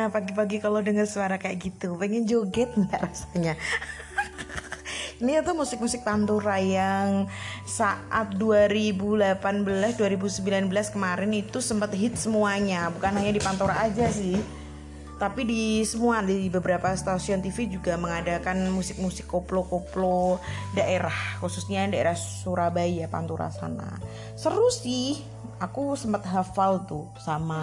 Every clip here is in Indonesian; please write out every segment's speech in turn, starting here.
gimana pagi-pagi kalau dengar suara kayak gitu? Pengen joget nggak rasanya? Ini tuh musik-musik Pantura yang saat 2018-2019 kemarin itu sempat hit semuanya. Bukan hanya di Pantura aja sih, tapi di beberapa stasiun TV juga mengadakan musik-musik koplo-koplo daerah, khususnya daerah Surabaya, Pantura sana. Seru sih. Aku sempat hafal tuh sama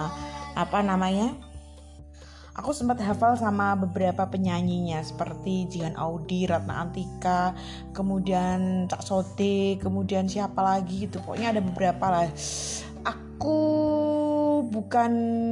Aku sempat hafal sama beberapa penyanyinya seperti Jihan Audi, Ratna Antika, kemudian Cak Sode, kemudian siapa lagi gitu. Pokoknya ada beberapa lah. Aku bukan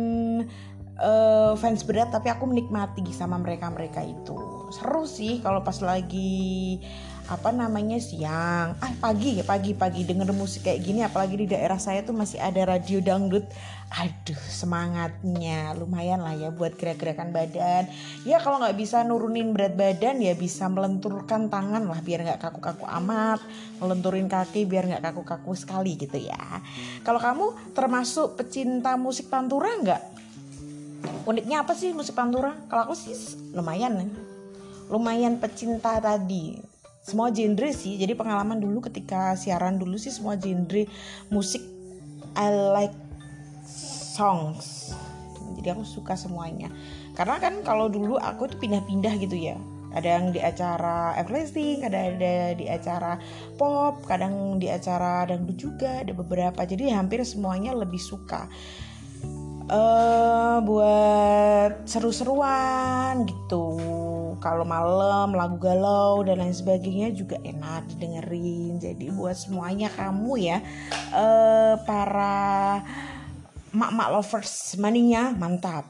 fans berat, tapi aku menikmati sama mereka itu. Seru sih kalau pas lagi siang, pagi denger musik kayak gini, apalagi di daerah saya tuh masih ada radio dangdut. Aduh, semangatnya lumayan lah ya buat gerak-gerakan badan. Ya kalau nggak bisa nurunin berat badan ya bisa melenturkan tangan lah biar nggak kaku-kaku amat, melenturin kaki biar nggak kaku-kaku sekali gitu ya. Kalau kamu termasuk pecinta musik Pantura nggak? Uniknya apa sih musik Pantura? Kalau aku sih lumayan pecinta tadi. Semua genre sih. Jadi pengalaman dulu ketika siaran dulu sih semua genre musik I like songs. Jadi aku suka semuanya. Karena kan kalau dulu aku tuh pindah-pindah gitu ya. Kadang di acara everything, kadang ada di acara pop, kadang di acara dangdut juga, ada beberapa. Jadi hampir semuanya lebih suka. Buat seru-seruan gitu. Kalau malam lagu galau dan lain sebagainya juga enak didengerin. Jadi buat semuanya kamu ya, para mak-mak lovers mania mantap.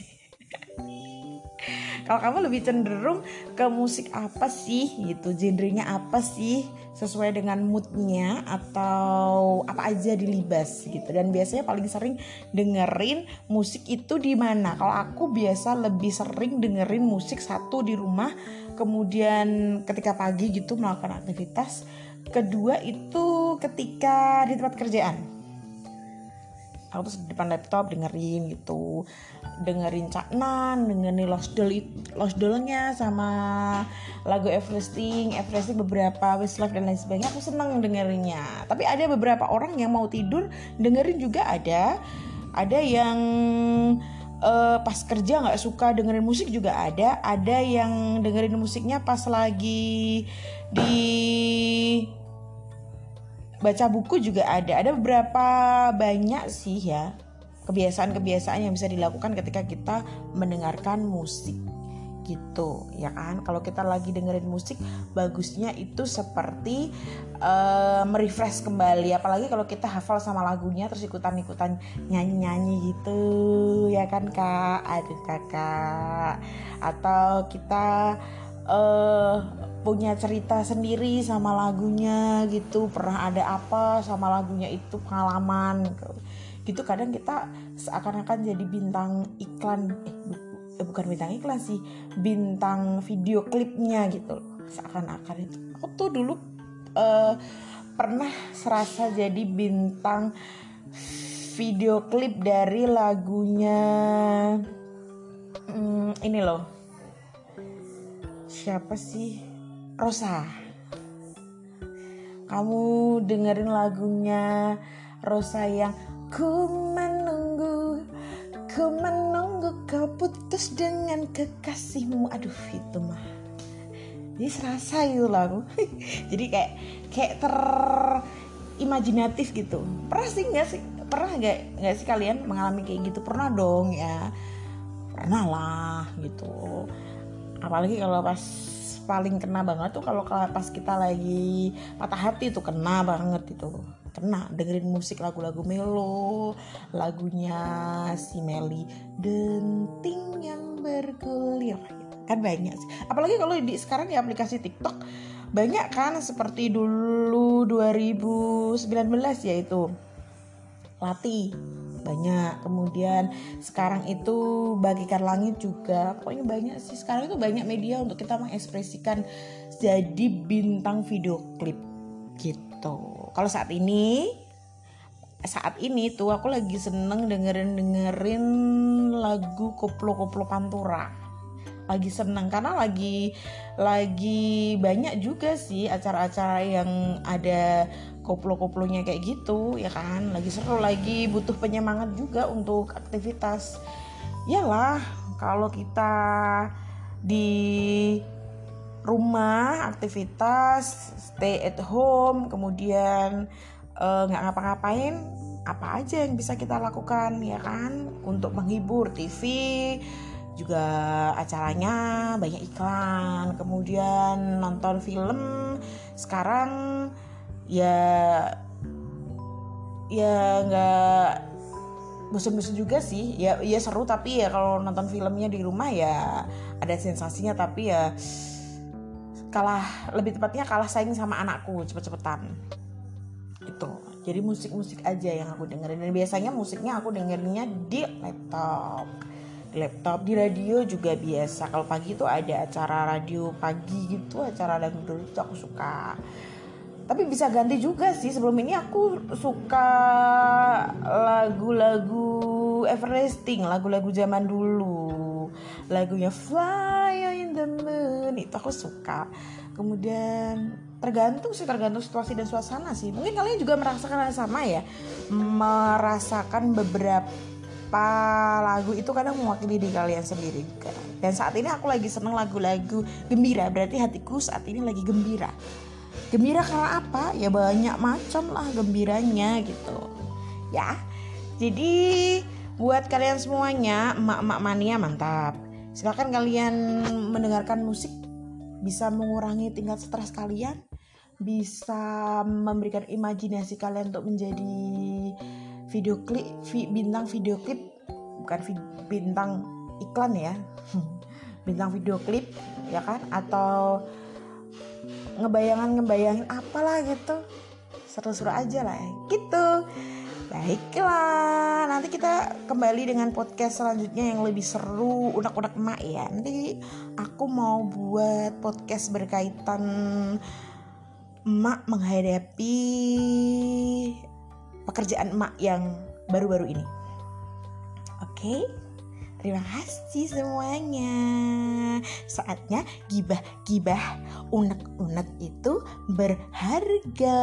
Kalau kamu lebih cenderung ke musik apa sih gitu, genrenya apa sih, sesuai dengan moodnya atau apa aja dilibas gitu. Dan biasanya paling sering dengerin musik itu di mana? Kalau aku biasa lebih sering dengerin musik satu di rumah, kemudian ketika pagi gitu melakukan aktivitas, kedua itu ketika di tempat kerjaan. Aku tuh di depan laptop dengerin Cak Nan, dengerin Losdolnya sama lagu Everything beberapa Westlife dan lain sebagainya. Aku seneng dengerinnya. Tapi ada beberapa orang yang mau tidur dengerin juga ada yang pas kerja nggak suka dengerin musik juga ada yang dengerin musiknya pas lagi di baca buku juga ada beberapa banyak sih ya kebiasaan-kebiasaan yang bisa dilakukan ketika kita mendengarkan musik gitu ya kan. Kalau kita lagi dengerin musik bagusnya itu seperti merefresh kembali, apalagi kalau kita hafal sama lagunya terus ikutan nyanyi gitu ya kan Kak, aduh Kakak, atau kita punya cerita sendiri sama lagunya gitu, pernah ada apa sama lagunya itu, pengalaman gitu. Kadang kita seakan-akan jadi bintang iklan, bukan bintang iklan sih, bintang video klipnya gitu, seakan-akan itu. Aku tuh dulu pernah serasa jadi bintang video klip dari lagunya ini loh, siapa sih, Rosa. Kamu dengerin lagunya Rosa yang ku menunggu kau putus dengan kekasihmu. Aduh itu mah jadi serasa itu lagu. Jadi kayak terimajinatif gitu. Pernah nggak sih kalian mengalami kayak gitu? Pernah dong ya, pernah lah gitu. Apalagi kalau pas paling kena banget tuh kalau pas kita lagi patah hati tuh kena banget itu. Kena dengerin musik lagu-lagu melo, lagunya si Meli, denting yang bergulir gitu. Kan banyak sih. Apalagi kalau sekarang di aplikasi TikTok banyak kan, seperti dulu 2019 yaitu Lati banyak, kemudian sekarang itu Bagikan Langit juga. Pokoknya banyak sih, sekarang itu banyak media untuk kita mengekspresikan jadi bintang video klip gitu. Kalau saat ini tuh aku lagi seneng dengerin lagu koplo-koplo Pantura. Lagi seneng karena lagi banyak juga sih acara-acara yang ada koplo-koplonya kayak gitu ya kan. Lagi seru, lagi butuh penyemangat juga untuk aktivitas. Yalah, kalau kita di rumah aktivitas stay at home, kemudian nggak ngapa-ngapain, apa aja yang bisa kita lakukan ya kan untuk menghibur. TV juga acaranya banyak iklan, kemudian nonton film sekarang ya nggak bosan-bosan juga sih ya seru, tapi ya kalau nonton filmnya di rumah ya ada sensasinya, tapi ya lebih tepatnya kalah saing sama anakku cepet-cepetan itu. Jadi musik aja yang aku dengerin, dan biasanya musiknya aku dengerinnya di laptop, di radio juga biasa. Kalau pagi itu ada acara radio pagi gitu, acara dangdut itu aku suka. Tapi bisa ganti juga sih. Sebelum ini aku suka lagu-lagu everlasting, lagu-lagu zaman dulu. Lagunya Fly in the Moon itu aku suka. Kemudian tergantung situasi dan suasana sih. Mungkin kalian juga merasakan hal sama ya. Merasakan beberapa lagu itu kadang mewakili diri kalian sendiri juga. Dan saat ini aku lagi seneng lagu-lagu gembira. Berarti hatiku saat ini lagi gembira. Gembira karena apa? Ya banyak macam lah gembiranya gitu. Ya. Jadi buat kalian semuanya, emak-emak mania mantap. Silakan kalian mendengarkan musik, bisa mengurangi tingkat stres kalian, bisa memberikan imajinasi kalian untuk menjadi bintang video klip, bukan bintang iklan ya. Bintang video klip ya kan, atau ngebayangin apalah gitu, seru-seru aja lah ya, gitu. Baiklah, nanti kita kembali dengan podcast selanjutnya yang lebih seru, unek-unek emak ya. Nanti aku mau buat podcast berkaitan emak menghadapi pekerjaan emak yang baru-baru ini. Oke? Terima kasih semuanya. Saatnya gibah, unek-unek itu berharga.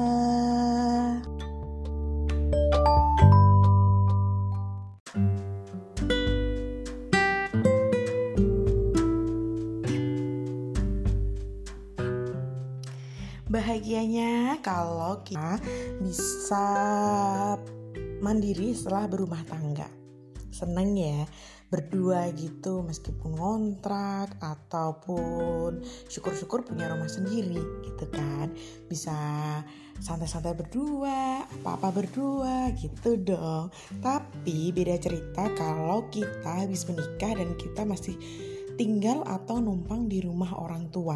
Bahagianya kalau kita bisa mandiri setelah berumah tangga. Seneng ya berdua gitu, meskipun ngontrak ataupun syukur-syukur punya rumah sendiri gitu kan. Bisa santai-santai berdua, apa-apa berdua gitu dong. Tapi beda cerita kalau kita habis menikah dan kita masih tinggal atau numpang di rumah orang tua.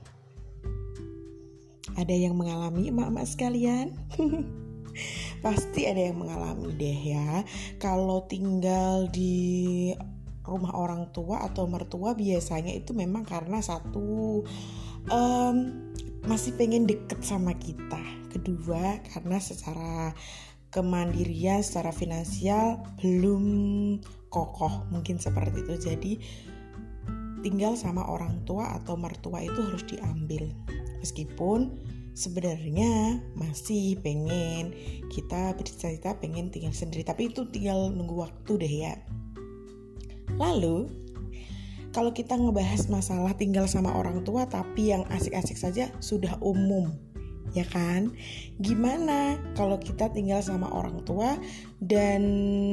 Ada yang mengalami emak-emak sekalian? Pasti ada yang mengalami deh ya. Kalau tinggal di rumah orang tua atau mertua biasanya itu memang karena satu, masih pengen deket sama kita. Kedua, karena secara kemandirian, secara finansial belum kokoh, mungkin seperti itu. Jadi tinggal sama orang tua atau mertua itu harus diambil. Meskipun sebenarnya masih pengen, kita bercita-cita pengen tinggal sendiri, tapi itu tinggal nunggu waktu deh ya. Lalu kalau kita ngebahas masalah tinggal sama orang tua tapi yang asik-asik saja sudah umum ya kan. Gimana kalau kita tinggal sama orang tua dan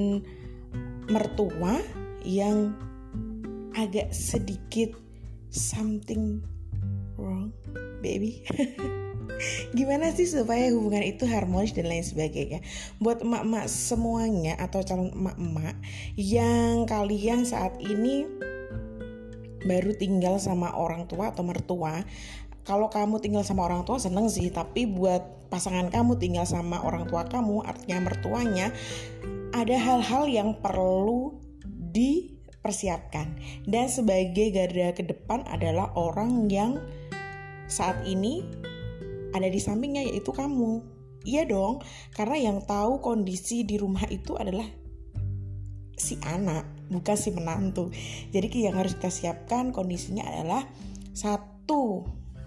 mertua yang agak sedikit something wrong baby? Gimana sih supaya hubungan itu harmonis dan lain sebagainya. Buat emak-emak semuanya atau calon emak-emak yang kalian saat ini baru tinggal sama orang tua atau mertua, kalau kamu tinggal sama orang tua seneng sih, tapi buat pasangan kamu tinggal sama orang tua kamu, artinya mertuanya, ada hal-hal yang perlu dipersiapkan. Dan sebagai garda ke depan adalah orang yang saat ini ada di sampingnya, yaitu kamu. Iya dong, karena yang tahu kondisi di rumah itu adalah si anak. bukan si menantu. Jadi yang harus kita siapkan kondisinya adalah satu,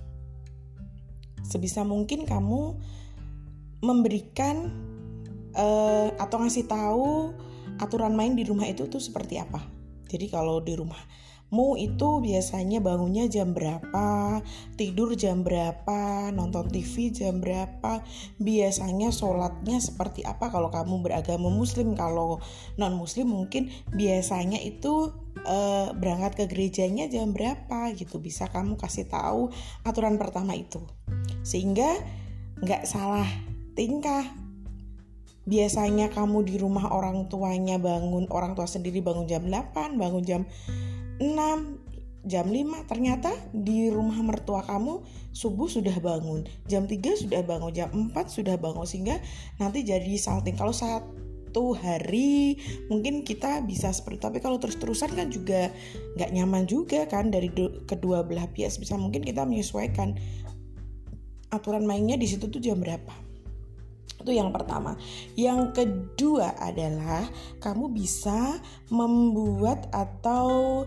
sebisa mungkin kamu memberikan atau ngasih tahu aturan main di rumah itu tuh seperti apa. Jadi kalau di rumahmu itu biasanya bangunnya jam berapa, tidur jam berapa, nonton TV jam berapa, biasanya sholatnya seperti apa kalau kamu beragama muslim. Kalau non muslim mungkin biasanya itu berangkat ke gerejanya jam berapa gitu. Bisa kamu kasih tahu aturan pertama itu sehingga nggak salah tingkah. Biasanya kamu di rumah orang tua sendiri bangun jam 8, bangun jam 6, jam 5, ternyata di rumah mertua kamu subuh sudah bangun, jam 3 sudah bangun, jam 4 sudah bangun, sehingga nanti jadi salting. Kalau satu hari mungkin kita bisa seperti, tapi kalau terus-terusan kan juga gak nyaman juga kan dari kedua belah pihak. Bisa mungkin kita menyesuaikan aturan mainnya di situ tuh jam berapa. Itu yang pertama. Yang kedua adalah kamu bisa membuat atau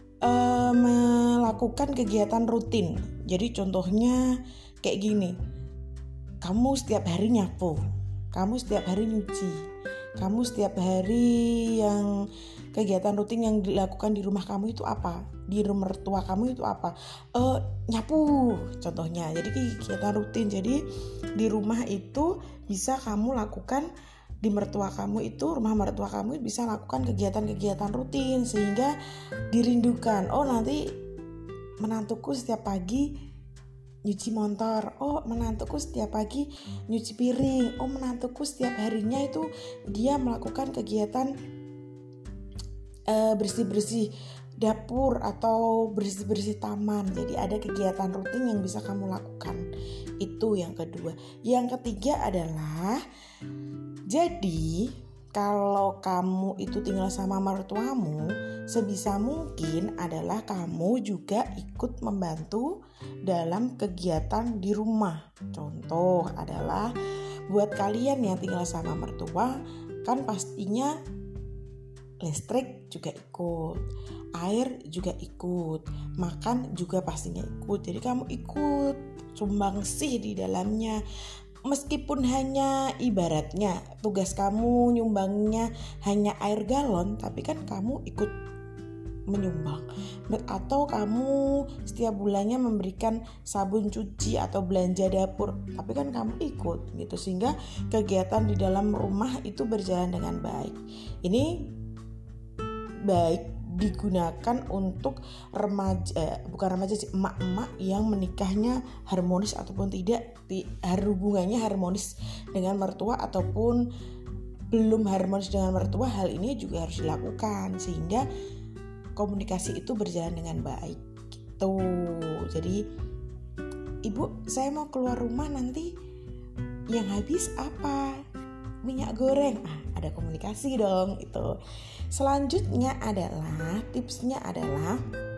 melakukan kegiatan rutin. Jadi contohnya kayak gini, kamu setiap hari nyapu, kamu setiap hari nyuci, kamu setiap hari yang kegiatan rutin yang dilakukan di rumah kamu itu apa, di rumah mertua kamu itu apa, nyapu contohnya. Jadi kegiatan rutin. Jadi di rumah itu bisa kamu lakukan, di mertua kamu itu, rumah mertua kamu bisa lakukan kegiatan-kegiatan rutin sehingga dirindukan. Oh nanti menantuku setiap pagi nyuci motor, oh menantuku setiap pagi nyuci piring, oh menantuku setiap harinya itu dia melakukan kegiatan bersih-bersih dapur atau bersih-bersih taman. Jadi ada kegiatan rutin yang bisa kamu lakukan. Itu yang kedua. Yang ketiga adalah, jadi kalau kamu itu tinggal sama mertuamu, sebisa mungkin adalah kamu juga ikut membantu dalam kegiatan di rumah. Contoh adalah buat kalian yang tinggal sama mertua, kan pastinya listrik juga ikut, air juga ikut, makan juga pastinya ikut. Jadi kamu ikut sumbangsih di dalamnya. Meskipun hanya ibaratnya tugas kamu nyumbangnya hanya air galon, tapi kan kamu ikut menyumbang. Atau kamu setiap bulannya memberikan sabun cuci atau belanja dapur, tapi kan kamu ikut gitu, sehingga kegiatan di dalam rumah itu berjalan dengan baik. Ini baik digunakan untuk emak-emak yang menikahnya harmonis ataupun tidak, hubungannya harmonis dengan mertua ataupun belum harmonis dengan mertua. Hal ini juga harus dilakukan sehingga komunikasi itu berjalan dengan baik gitu. Jadi, ibu saya mau keluar rumah, nanti yang habis apa? Minyak goreng. Ada komunikasi dong itu. Selanjutnya adalah, tipsnya adalah,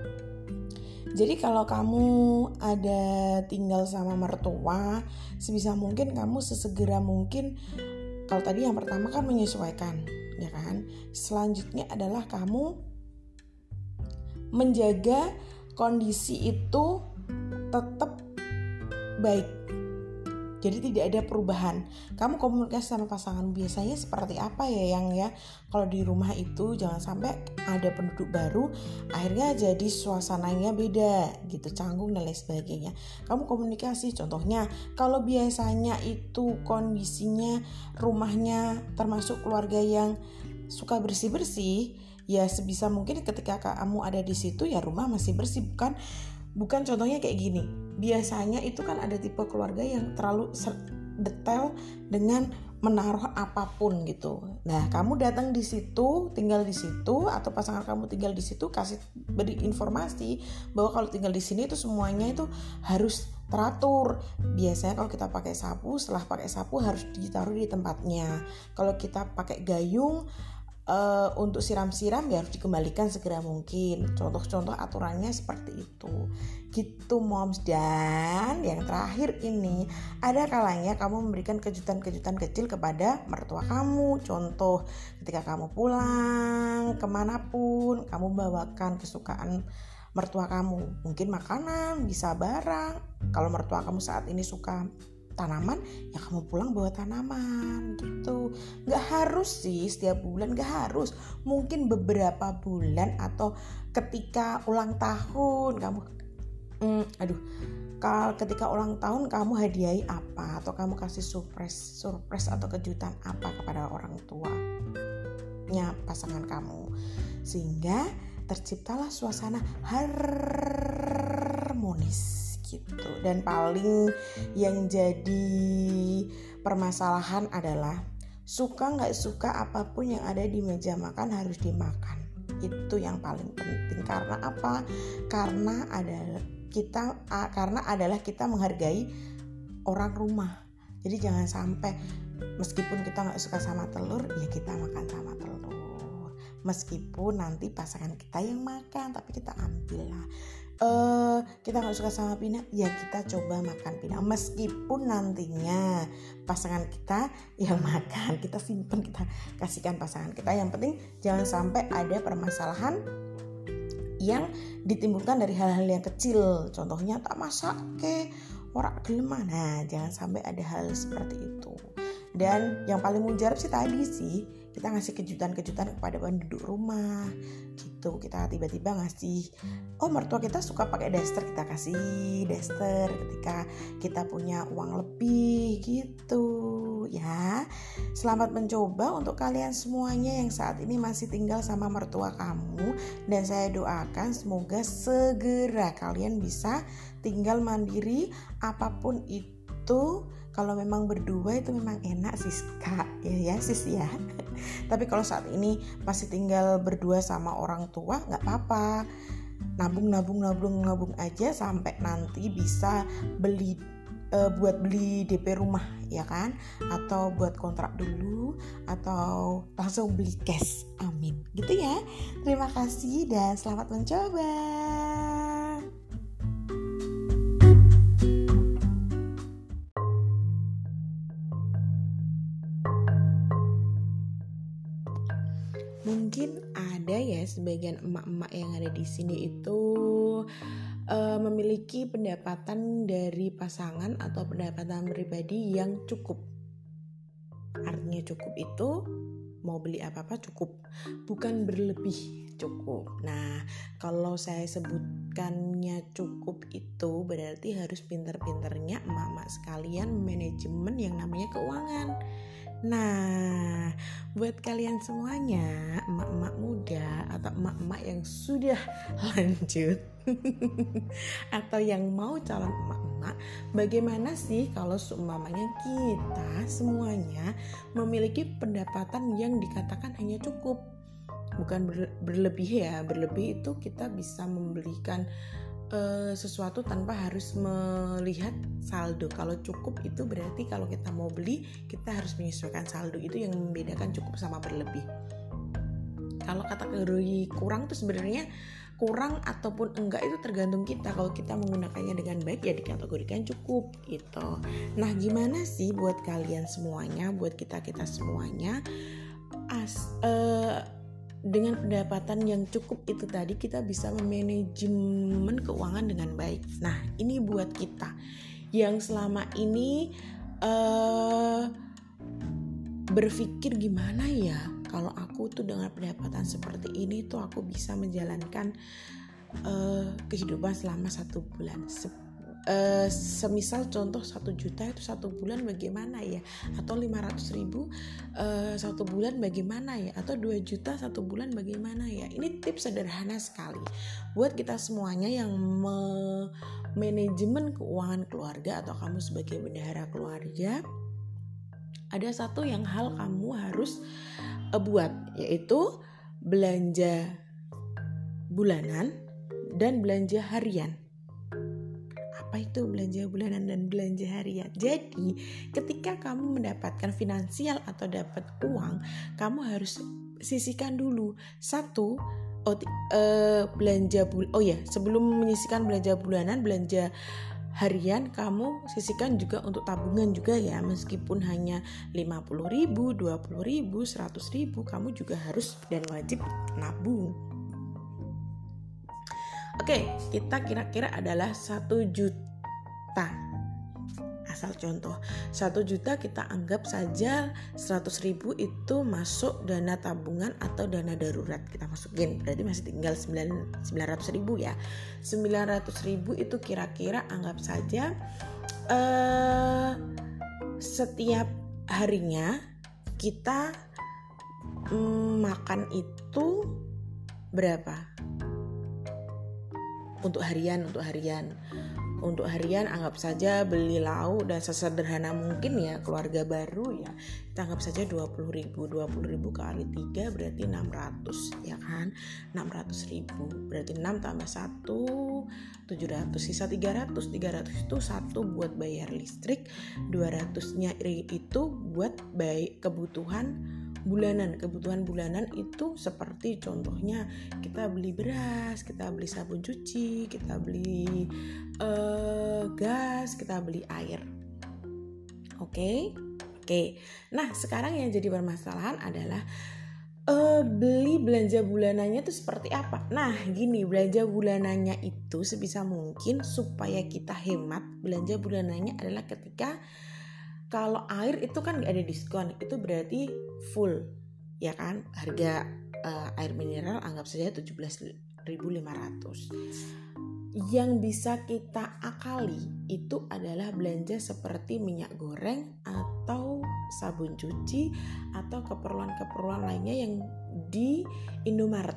jadi kalau kamu ada tinggal sama mertua, sebisa mungkin kamu sesegera mungkin, kalau tadi yang pertama kan menyesuaikan, ya kan? Selanjutnya adalah kamu menjaga kondisi itu tetap baik. Jadi tidak ada perubahan. Kamu komunikasi sama pasangan biasanya seperti apa ya yang ya? Kalau di rumah itu jangan sampai ada penduduk baru, akhirnya jadi suasananya beda gitu, canggung dan lain sebagainya. Kamu komunikasi, contohnya kalau biasanya itu kondisinya rumahnya termasuk keluarga yang suka bersih-bersih, ya sebisa mungkin ketika kamu ada di situ ya rumah masih bersih. Bukan contohnya kayak gini. Biasanya itu kan ada tipe keluarga yang terlalu detail dengan menaruh apapun gitu. Nah, kamu datang di situ, tinggal di situ, atau pasangan kamu tinggal di situ, beri informasi bahwa kalau tinggal di sini itu semuanya itu harus teratur. Biasanya kalau kita pakai sapu, setelah pakai sapu harus ditaruh di tempatnya. Kalau kita pakai gayung, untuk siram-siram ya harus dikembalikan segera mungkin. Contoh-contoh aturannya seperti itu. Gitu moms. Dan yang terakhir ini, ada kalanya kamu memberikan kejutan-kejutan kecil kepada mertua kamu. Contoh, ketika kamu pulang kemanapun, kamu bawakan kesukaan mertua kamu. Mungkin makanan, bisa barang. Kalau mertua kamu saat ini suka tanaman, ya kamu pulang bawa tanaman gitu. Gak harus sih setiap bulan, gak harus. Mungkin beberapa bulan atau ketika ulang tahun kamu ketika ulang tahun kamu hadiahi apa, atau kamu kasih surprise atau kejutan apa kepada orang tuanya pasangan kamu, sehingga terciptalah suasana harmonis gitu. Dan paling yang jadi permasalahan adalah suka nggak suka apapun yang ada di meja makan harus dimakan. Itu yang paling penting. Karena apa? Karena adalah kita menghargai orang rumah. Jadi jangan sampai meskipun kita nggak suka sama telur, ya kita makan sama telur. Meskipun nanti pasangan kita yang makan, tapi kita ambil lah. Kita nggak suka sama pinang, ya kita coba makan pinang. Meskipun nantinya pasangan kita yang makan, kita simpen, kita kasihkan pasangan kita. Yang penting jangan sampai ada permasalahan yang ditimbulkan dari hal-hal yang kecil. Contohnya tak masak ora gelem. Nah, jangan sampai ada hal seperti itu. Dan yang paling mujarab sih tadi sih, kita ngasih kejutan-kejutan kepada penduduk rumah gitu. Kita tiba-tiba ngasih, mertua kita suka pakai daster, kita kasih daster. Ketika kita punya uang lebih gitu ya. Selamat mencoba untuk kalian semuanya yang saat ini masih tinggal sama mertua kamu. Dan saya doakan semoga segera kalian bisa tinggal mandiri. Apapun itu, kalau memang berdua itu memang enak sis kak, ya sis ya. Tapi kalau saat ini masih tinggal berdua sama orang tua, nggak apa-apa. Nabung aja sampai nanti bisa buat beli DP rumah ya kan, atau buat kontrak dulu, atau langsung beli cash. Amin. Gitu ya. Terima kasih dan selamat mencoba. Mungkin ada ya sebagian emak-emak yang ada di sini itu memiliki pendapatan dari pasangan atau pendapatan pribadi yang cukup. Artinya cukup itu mau beli apa-apa cukup, bukan berlebih, cukup. Nah, kalau saya sebutkannya cukup itu berarti harus pinter-pinternya emak-emak sekalian manajemen yang namanya keuangan. Nah, buat kalian semuanya, emak-emak muda atau emak-emak yang sudah lanjut atau yang mau calon emak-emak, bagaimana sih kalau seumpamanya kita semuanya memiliki pendapatan yang dikatakan hanya cukup, bukan berlebih ya. Berlebih itu kita bisa membelikan sesuatu tanpa harus melihat saldo. Kalau cukup itu berarti kalau kita mau beli kita harus menyesuaikan saldo. Itu yang membedakan cukup sama berlebih. Kalau kategori kurang itu sebenarnya kurang ataupun enggak itu tergantung kita. Kalau kita menggunakannya dengan baik ya dikategorikan cukup gitu. Nah, gimana sih buat kalian semuanya, buat kita semuanya, dengan pendapatan yang cukup itu tadi kita bisa memanajemen keuangan dengan baik. Nah, ini buat kita yang selama ini berpikir gimana ya kalau aku tuh dengan pendapatan seperti ini tuh aku bisa menjalankan kehidupan selama 1 bulan. Semisal contoh 1 juta itu 1 bulan bagaimana ya, atau 500.000 1 bulan bagaimana ya, atau 2 juta 1 bulan bagaimana ya. Ini tips sederhana sekali buat kita semuanya yang manajemen keuangan keluarga atau kamu sebagai bendahara keluarga. Ada satu yang hal kamu harus buat, yaitu belanja bulanan dan belanja harian. Apa itu belanja bulanan dan belanja harian? Jadi ketika kamu mendapatkan finansial atau dapat uang, kamu harus sisihkan dulu belanja sebelum menyisihkan belanja bulanan, belanja harian, kamu sisihkan juga untuk tabungan juga ya, meskipun hanya 50.000, 20.000, 100.000, kamu juga harus dan wajib nabung. Oke, kita kira-kira adalah 1 juta. Asal contoh, 1 juta kita anggap saja 100.000 itu masuk dana tabungan atau dana darurat, kita masukin, berarti masih tinggal 900.000 ya. 900.000 itu kira-kira anggap saja setiap harinya kita makan itu berapa? Untuk harian anggap saja beli lauk dan sesederhana mungkin ya, keluarga baru ya, kita anggap saja 20.000 kali 3 berarti 600 ya kan, 600.000 berarti 6 tambah 1 700, sisa 300 itu 1 buat bayar listrik, 200-nya itu buat kebutuhan bulanan itu seperti contohnya kita beli beras, kita beli sabun cuci, kita beli gas, kita beli air. Oke. Nah, sekarang yang jadi permasalahan adalah beli belanja bulanannya itu seperti apa. Nah, gini, belanja bulanannya itu sebisa mungkin supaya kita hemat, belanja bulanannya adalah ketika kalau air itu kan gak ada diskon, itu berarti full ya kan, harga air mineral anggap saja 17.500. Yang bisa kita akali itu adalah belanja seperti minyak goreng atau sabun cuci atau keperluan-keperluan lainnya yang di Indomaret.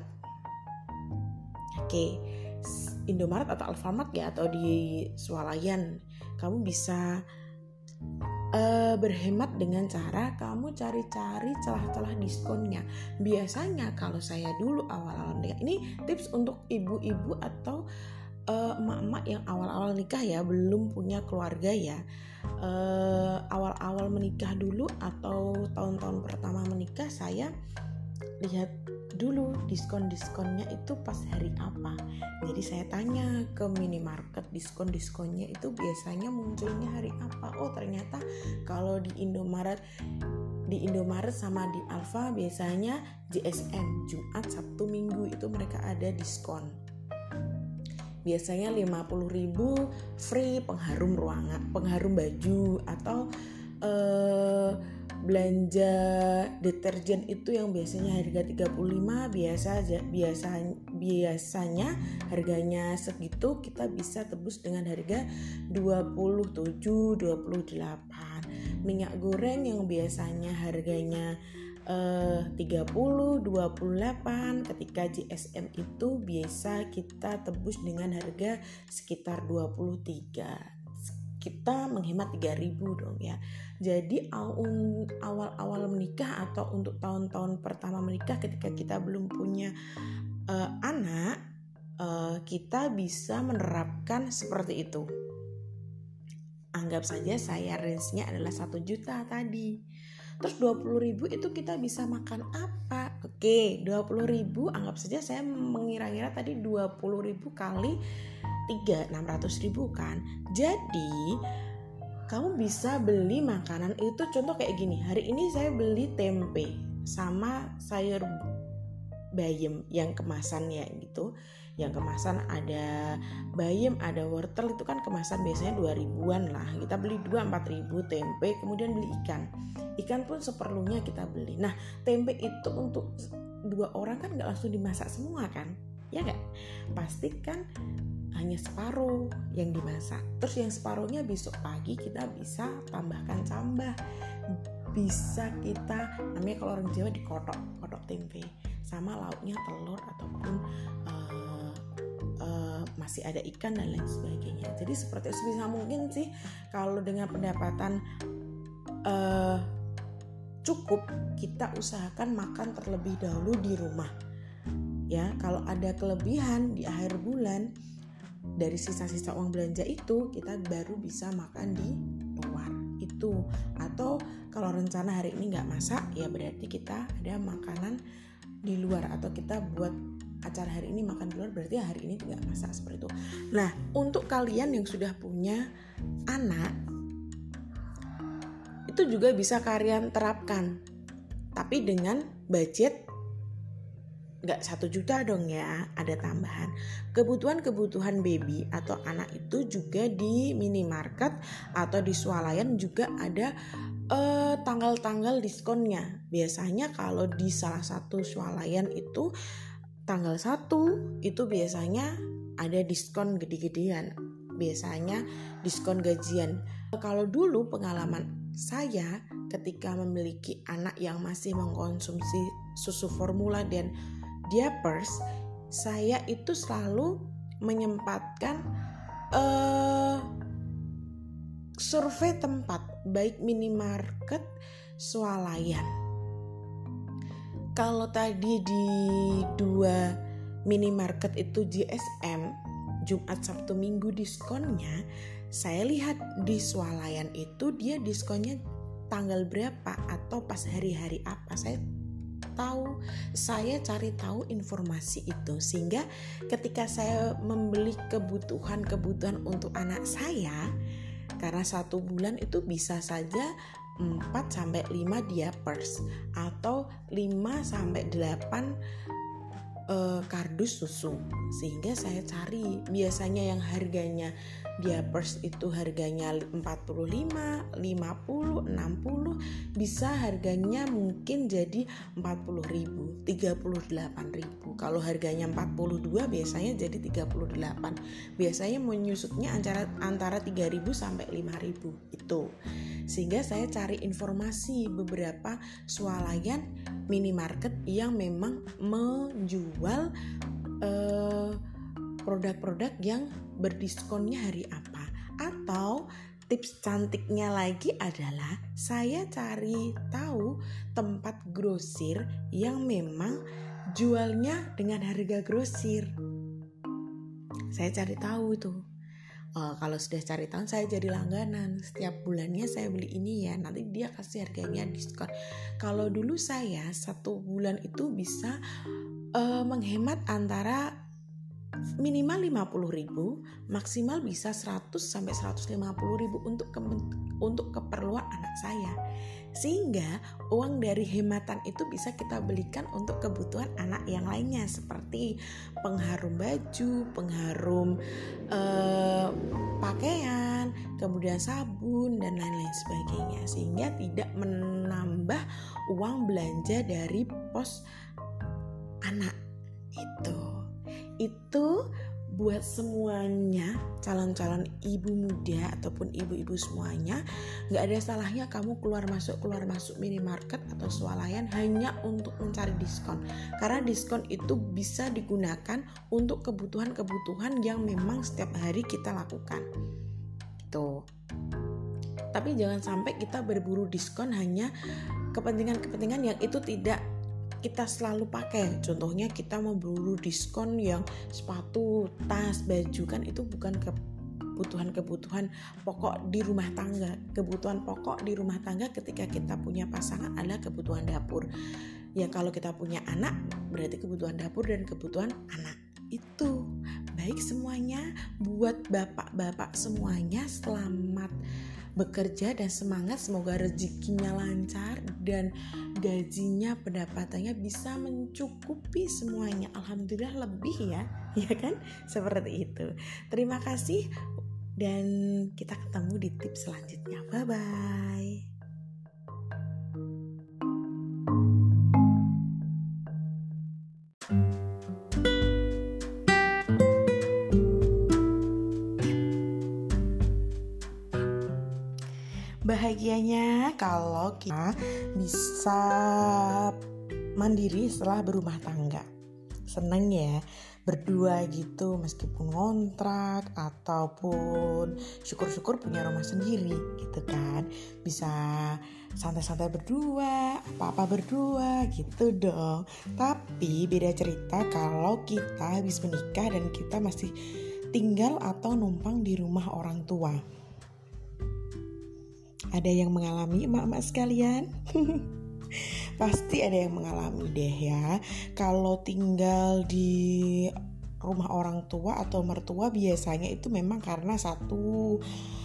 Oke, Indomaret atau Alfamart ya, atau di Swalayan, kamu bisa berhemat dengan cara kamu cari-cari celah-celah diskonnya. Biasanya kalau saya dulu awal-awal nikah, ini tips untuk ibu-ibu atau emak-emak yang awal-awal nikah ya, belum punya keluarga ya, awal-awal menikah dulu atau tahun-tahun pertama menikah, saya lihat dulu diskon-diskonnya itu pas hari apa. Jadi saya tanya ke minimarket, diskon-diskonnya itu biasanya munculnya hari apa. Oh, ternyata kalau di Indomaret sama di Alfa biasanya JSM, Jumat, Sabtu, Minggu itu mereka ada diskon. Biasanya 50.000 free pengharum ruangan, pengharum baju, atau belanja deterjen itu yang biasanya harga 35 biasanya harganya segitu, kita bisa tebus dengan harga 27, 28. Minyak goreng yang biasanya harganya 30, 28, ketika GSM itu biasa kita tebus dengan harga sekitar 23. Kita menghemat 3.000 dong ya. Jadi awal-awal menikah atau untuk tahun-tahun pertama menikah, ketika kita belum punya anak, kita bisa menerapkan seperti itu. Anggap saja saya range-nya adalah 1 juta tadi. Terus 20.000 itu kita bisa makan apa? Oke, 20.000 anggap saja saya mengira-ngira tadi 20.000 kali 3, 600.000 kan. Jadi kamu bisa beli makanan itu, contoh kayak gini. Hari ini saya beli tempe sama sayur bayam yang kemasan ya gitu. Yang kemasan ada bayam, ada wortel, itu kan kemasan biasanya 2.000-an lah. Kita beli 2-4.000 tempe, kemudian beli ikan. Ikan pun seperlunya kita beli. Nah, tempe itu untuk 2 orang kan gak langsung dimasak semua kan? Ya gak? Pasti kan hanya separuh yang dimasak. Terus yang separuhnya besok pagi kita bisa tambahkan cambah. Bisa kita, namanya kalau orang Jawa dikotok tempe, sama lauknya telur ataupun masih ada ikan dan lain sebagainya. Jadi seperti itu sebisa mungkin sih, kalau dengan pendapatan cukup, kita usahakan makan terlebih dahulu di rumah. Ya, kalau ada kelebihan di akhir bulan dari sisa-sisa uang belanja itu, kita baru bisa makan di luar itu. Atau kalau rencana hari ini nggak masak, ya berarti kita ada makanan di luar, atau kita buat acara hari ini makan di luar, berarti hari ini tidak masak, seperti itu. Nah, untuk kalian yang sudah punya anak, itu juga bisa kalian terapkan, tapi dengan budget nggak 1 juta dong ya, ada tambahan. Kebutuhan baby atau anak itu juga di minimarket atau di swalayan juga ada tanggal-tanggal diskonnya. Biasanya kalau di salah satu swalayan itu tanggal 1 itu biasanya ada diskon gede-gedean, biasanya diskon gajian. Kalau dulu pengalaman saya ketika memiliki anak yang masih mengkonsumsi susu formula dan diapers, saya itu selalu menyempatkan survei tempat, baik minimarket, swalayan. Kalau tadi di 2 minimarket itu GSM, Jumat, Sabtu, Minggu diskonnya, saya lihat di swalayan itu dia diskonnya tanggal berapa atau pas hari-hari apa. Saya cari tahu informasi itu, sehingga ketika saya membeli kebutuhan untuk anak saya, karena 1 bulan itu bisa saja 4-5 diapers atau 5-8 kardus susu, sehingga saya cari biasanya yang harganya diapers itu harganya 45, 50, 60, bisa harganya mungkin jadi 40.000, 38.000. Kalau harganya 42 biasanya jadi 38. Biasanya menyusutnya antara 3.000 sampai 5.000 itu. Sehingga saya cari informasi beberapa swalayan minimarket yang memang menjual produk-produk yang berdiskonnya hari apa. Atau tips cantiknya lagi adalah saya cari tahu tempat grosir yang memang jualnya dengan harga grosir. Saya cari tahu itu. Kalau sudah cari tahu, saya jadi langganan. Setiap bulannya saya beli ini ya, nanti dia kasih harganya diskon. Kalau dulu saya 1 bulan itu bisa menghemat antara minimal 50.000, maksimal bisa 100 sampai 150.000 untuk keperluan anak saya. Sehingga uang dari hematan itu bisa kita belikan untuk kebutuhan anak yang lainnya, seperti pengharum baju, pengharum pakaian, kemudian sabun dan lain-lain sebagainya, sehingga tidak menambah uang belanja dari pos anak itu buat semuanya, calon-calon ibu muda ataupun ibu-ibu semuanya. Gak ada salahnya kamu keluar masuk minimarket atau swalayan hanya untuk mencari diskon, karena diskon itu bisa digunakan untuk kebutuhan-kebutuhan yang memang setiap hari kita lakukan gitu. Tapi jangan sampai kita berburu diskon hanya kepentingan-kepentingan yang itu tidak kita selalu pakai. Contohnya kita mau berburu diskon yang sepatu, tas, baju, kan itu bukan kebutuhan pokok di rumah tangga. Kebutuhan pokok di rumah tangga ketika kita punya pasangan adalah kebutuhan dapur. Ya kalau kita punya anak berarti kebutuhan dapur dan kebutuhan anak. Itu baik semuanya. Buat bapak-bapak semuanya, selamat bekerja dan semangat, semoga rezekinya lancar dan gajinya, pendapatannya bisa mencukupi semuanya. Alhamdulillah lebih ya kan? Seperti itu. Terima kasih dan kita ketemu di tips selanjutnya. Bye-bye. Bahagianya kalau kita bisa mandiri setelah berumah tangga. Seneng ya berdua gitu, meskipun ngontrak ataupun syukur-syukur punya rumah sendiri gitu kan. Bisa santai-santai berdua, apa-apa berdua gitu dong. Tapi beda cerita kalau kita habis menikah dan kita masih tinggal atau numpang di rumah orang tua. Ada yang mengalami emak-emak sekalian? Pasti ada yang mengalami deh ya. Kalau tinggal di rumah orang tua atau mertua biasanya itu memang karena satu,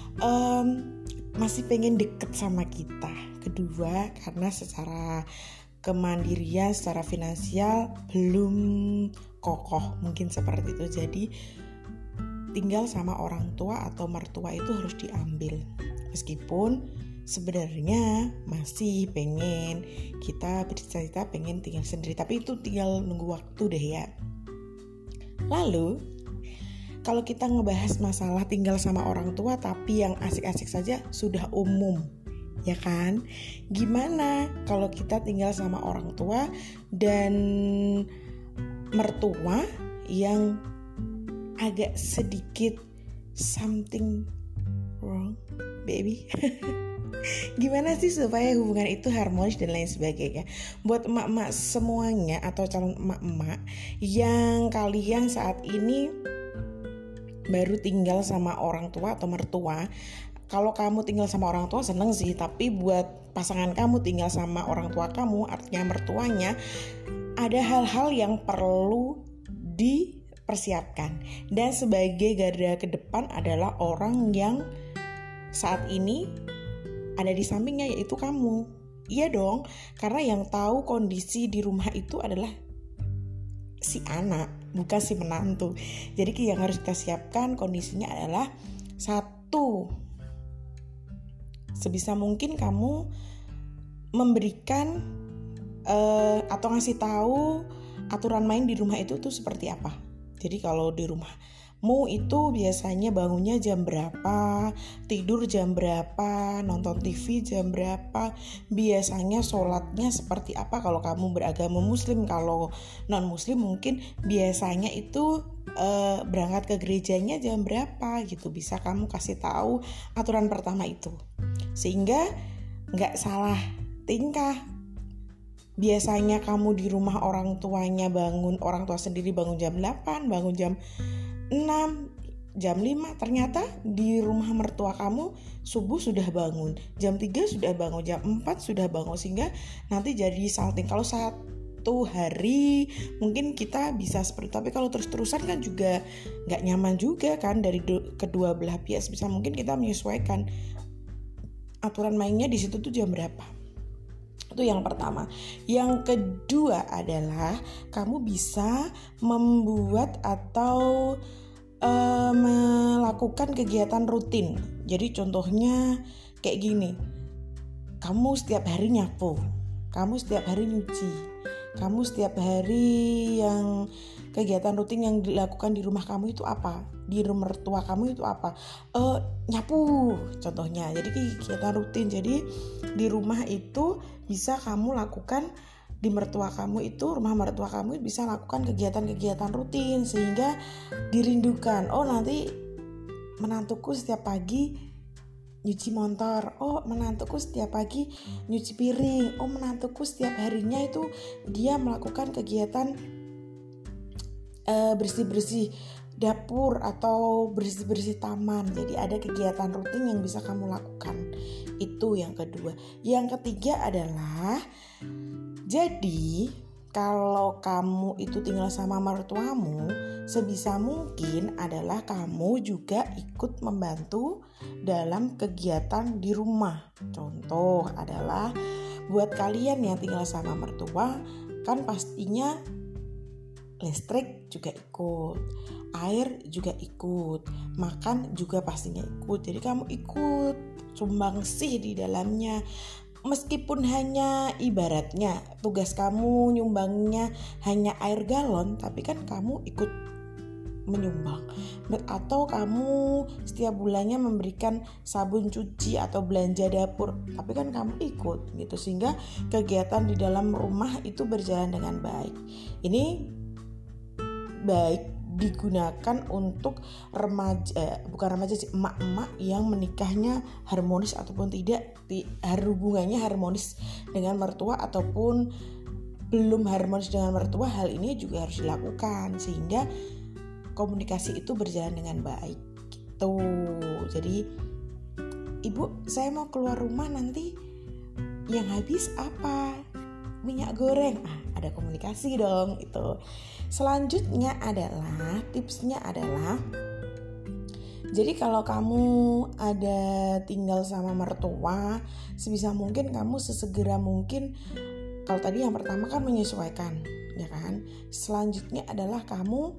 masih pengen deket sama kita. Kedua, karena secara kemandirian, secara finansial belum kokoh, mungkin seperti itu. Jadi tinggal sama orang tua atau mertua itu harus diambil. Meskipun sebenarnya masih pengen, kita bercita-cita pengen tinggal sendiri, tapi itu tinggal nunggu waktu deh ya. Lalu kalau kita ngebahas masalah tinggal sama orang tua tapi yang asik-asik saja sudah umum, ya kan? Gimana kalau kita tinggal sama orang tua dan mertua yang agak sedikit something wrong, baby? Gimana sih supaya hubungan itu harmonis dan lain sebagainya? Buat emak-emak semuanya atau calon emak-emak yang kalian saat ini baru tinggal sama orang tua atau mertua, kalau kamu tinggal sama orang tua seneng sih, tapi buat pasangan kamu tinggal sama orang tua kamu, artinya mertuanya, ada hal-hal yang perlu dipersiapkan. Dan sebagai garda ke depan adalah orang yang saat ini ada di sampingnya, yaitu kamu. Iya dong, karena yang tahu kondisi di rumah itu adalah si anak, bukan si menantu. Jadi yang harus kita siapkan kondisinya adalah satu, sebisa mungkin kamu memberikan atau ngasih tahu aturan main di rumah itu tuh seperti apa. Jadi kalau di rumahmu itu biasanya bangunnya jam berapa, tidur jam berapa, nonton TV jam berapa, biasanya sholatnya seperti apa kalau kamu beragama muslim. Kalau non muslim mungkin biasanya itu berangkat ke gerejanya jam berapa gitu. Bisa kamu kasih tahu aturan pertama itu sehingga gak salah tingkah. Biasanya kamu di rumah orang tuanya bangun, orang tua sendiri bangun jam 8, bangun jam 6, jam 5. Ternyata di rumah mertua kamu subuh sudah bangun, jam 3 sudah bangun, jam 4 sudah bangun, sehingga nanti jadi salting. Kalau satu hari mungkin kita bisa seperti, tapi kalau terus-terusan kan juga gak nyaman juga kan dari kedua belah pihak. Bisa mungkin kita menyesuaikan aturan mainnya di situ tuh jam berapa. Itu yang pertama. Yang kedua adalah kamu bisa membuat atau melakukan kegiatan rutin. Jadi contohnya kayak gini, kamu setiap hari nyapu, kamu setiap hari nyuci, kamu setiap hari yang kegiatan rutin yang dilakukan di rumah kamu itu apa? Di rumah mertua kamu itu apa? Nyapu contohnya. Jadi kegiatan rutin. Jadi di rumah itu bisa kamu lakukan, di mertua kamu itu, rumah mertua kamu bisa lakukan kegiatan-kegiatan rutin sehingga dirindukan. Oh, nanti menantuku setiap pagi nyuci motor. Oh, menantuku setiap pagi nyuci piring. Oh, menantuku setiap harinya itu dia melakukan kegiatan bersih-bersih dapur atau bersih-bersih taman. Jadi ada kegiatan rutin yang bisa kamu lakukan. Itu yang kedua. Yang ketiga adalah, jadi kalau kamu itu tinggal sama mertuamu, sebisa mungkin adalah kamu juga ikut membantu dalam kegiatan di rumah. Contoh adalah buat kalian yang tinggal sama mertua, kan pastinya listrik juga ikut, air juga ikut, makan juga pastinya ikut. Jadi kamu ikut sumbangsih di dalamnya. Meskipun hanya ibaratnya tugas kamu nyumbangnya hanya air galon, tapi kan kamu ikut menyumbang. Atau kamu setiap bulannya memberikan sabun cuci atau belanja dapur, tapi kan kamu ikut gitu, sehingga kegiatan di dalam rumah itu berjalan dengan baik. Ini baik digunakan untuk emak-emak yang menikahnya harmonis ataupun tidak, hubungannya harmonis dengan mertua ataupun belum harmonis dengan mertua. Hal ini juga harus dilakukan sehingga komunikasi itu berjalan dengan baik gitu. Jadi, ibu, saya mau keluar rumah nanti, yang habis apa? minyak goreng. Ada komunikasi dong itu. Selanjutnya adalah tipsnya adalah, jadi kalau kamu ada tinggal sama mertua, sebisa mungkin kamu sesegera mungkin, kalau tadi yang pertama kan menyesuaikan, ya kan? Selanjutnya adalah kamu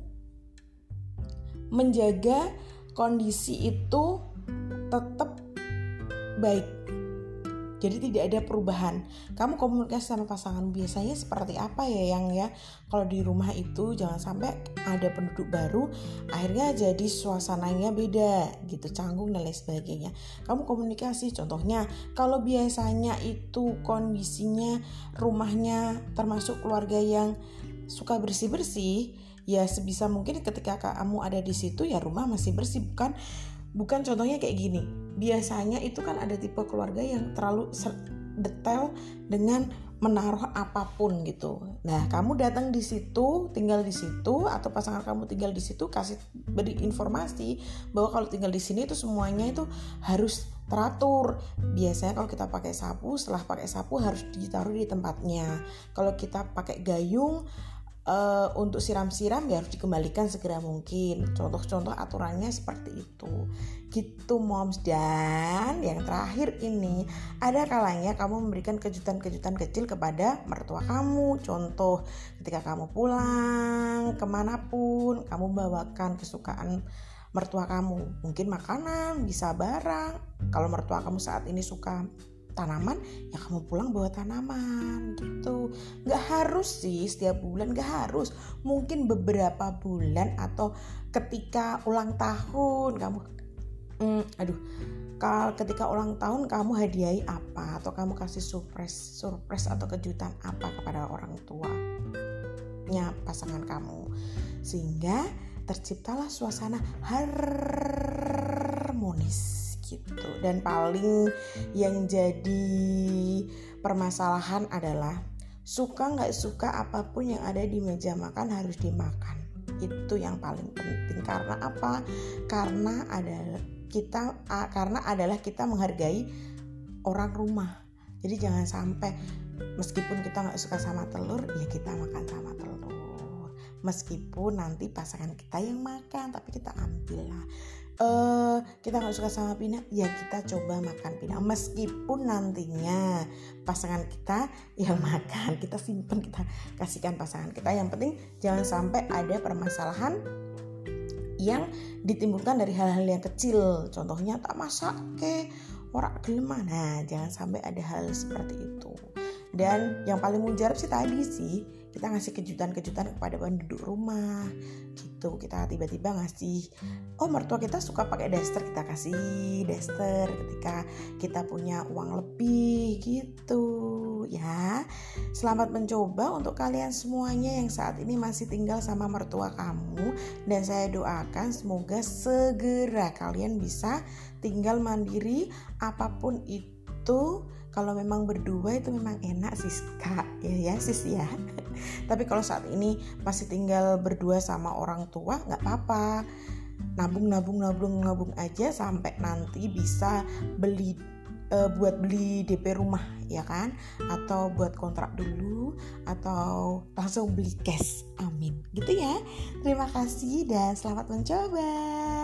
menjaga kondisi itu tetap baik. Jadi tidak ada perubahan. Kamu komunikasi sama pasangan biasanya seperti apa ya yang ya? Kalau di rumah itu jangan sampai ada penduduk baru, akhirnya jadi suasananya beda gitu, canggung dan lain sebagainya. Kamu komunikasi, contohnya kalau biasanya itu kondisinya rumahnya termasuk keluarga yang suka bersih-bersih, ya sebisa mungkin ketika kamu ada di situ ya rumah masih bersih, bukan contohnya kayak gini. Biasanya itu kan ada tipe keluarga yang terlalu detail dengan menaruh apapun gitu. Nah, kamu datang di situ, tinggal di situ, atau pasangan kamu tinggal di situ, beri informasi bahwa kalau tinggal di sini itu semuanya itu harus teratur. Biasanya kalau kita pakai sapu, setelah pakai sapu harus ditaruh di tempatnya. Kalau kita pakai gayung untuk siram-siram ya harus dikembalikan segera mungkin. Contoh-contoh aturannya seperti itu gitu moms. Dan yang terakhir ini, ada kalanya kamu memberikan kejutan-kejutan kecil kepada mertua kamu. Contoh, ketika kamu pulang kemanapun, kamu bawakan kesukaan mertua kamu, mungkin makanan, bisa barang. Kalau mertua kamu saat ini suka tanaman, ya kamu pulang bawa tanaman gitu. Gak harus sih setiap bulan, gak harus. Mungkin beberapa bulan atau ketika ulang tahun kamu ketika ulang tahun kamu hadiahi apa, atau kamu kasih surprise atau kejutan apa kepada orang tuanya pasangan kamu, sehingga terciptalah suasana harmonis gitu. Dan paling yang jadi permasalahan adalah suka nggak suka apapun yang ada di meja makan harus dimakan. Itu yang paling penting. Karena apa? Karena adalah kita menghargai orang rumah. Jadi jangan sampai meskipun kita nggak suka sama telur, ya kita makan sama telur. Meskipun nanti pasangan kita yang makan, tapi kita ambil lah. Kita nggak suka sama pinang, ya kita coba makan pinang. Meskipun nantinya pasangan kita yang makan, kita simpen, kita kasihkan pasangan kita. Yang penting jangan sampai ada permasalahan yang ditimbulkan dari hal-hal yang kecil. Contohnya tak masak ke ora gelem. Nah, jangan sampai ada hal seperti itu. Dan yang paling mujarab sih tadi sih, kita ngasih kejutan-kejutan kepada penduduk rumah gitu. Kita tiba-tiba ngasih, mertua kita suka pakai daster, kita kasih daster. Ketika kita punya uang lebih gitu ya. Selamat mencoba untuk kalian semuanya yang saat ini masih tinggal sama mertua kamu. Dan saya doakan semoga segera kalian bisa tinggal mandiri. Apapun itu, kalau memang berdua itu memang enak sis kak, ya sis ya. Tapi kalau saat ini masih tinggal berdua sama orang tua, nggak apa-apa, nabung aja sampai nanti bisa buat beli DP rumah ya kan, atau buat kontrak dulu, atau langsung beli cash. Amin gitu ya. Terima kasih dan selamat mencoba.